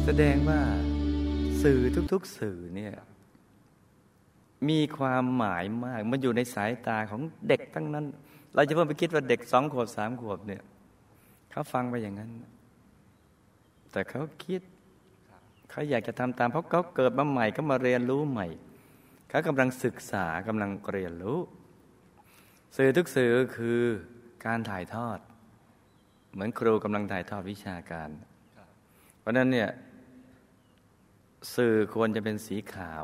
แสดงว่าสื่อทุกๆสื่อเนี่ยมีความหมายมากมันอยู่ในสายตาของเด็กทั้งนั้นเราจะเพิ่งไปคิดว่าเด็ก2 ขวบ3 ขวบเนี่ยเขาฟังไปอย่างนั้นแต่เขาคิดเขาอยากจะทำตามเพราะเขาเกิดมาใหม่ก็มาเรียนรู้ใหม่เขากำลังศึกษากำลังเรียนรู้สื่อทุกสื่อคือการถ่ายทอดเหมือนครูกำลังถ่ายทอดวิชาการเพราะนั้นเนี่ยสื่อควรจะเป็นสีขาว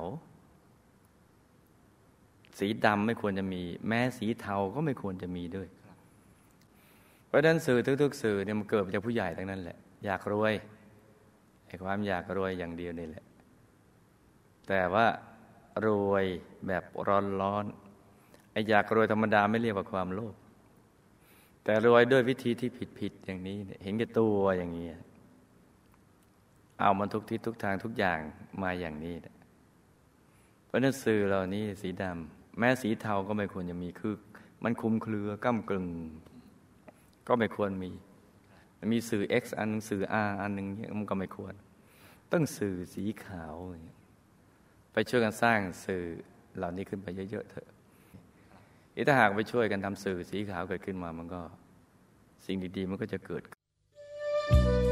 สีดำไม่ควรจะมีแม้สีเทาก็ไม่ควรจะมีด้วยเพราะฉะนั้นสื่อทุกๆสื่อเนี่ยมันเกิดมาจากผู้ใหญ่ทั้งนั้นแหละอยากรวยไอ้ความอยากรวยอย่างเดียวนี่แหละแต่ว่ารวยแบบร้อนๆไอ้อยากรวยธรรมดาไม่เรียกว่าความโลภแต่รวยด้วยวิธีที่ผิดๆอย่างนี้เห็นแก่ตัวอย่างนี้เอามันทุกทิศทุกทางทุกอย่างมาอย่างนี้เพราะนั้นสื่อเหล่านี้สีดำแม้สีเทาก็ไม่ควรจะมีคือมันคลุมเครือก้ำกึ่งก็ไม่ควรมีมันมีสื่อ X อันนึงสื่อ R อันนึงเนี่ยมันก็ไม่ควรต้องสื่อสีขาวไปช่วยกันสร้างสื่อเหล่านี้ขึ้นไปเยอะๆเถอะถ้าหากไปช่วยกันทำสื่อสีขาวเกิดขึ้นมามันก็สิ่งดีๆมันก็จะเกิด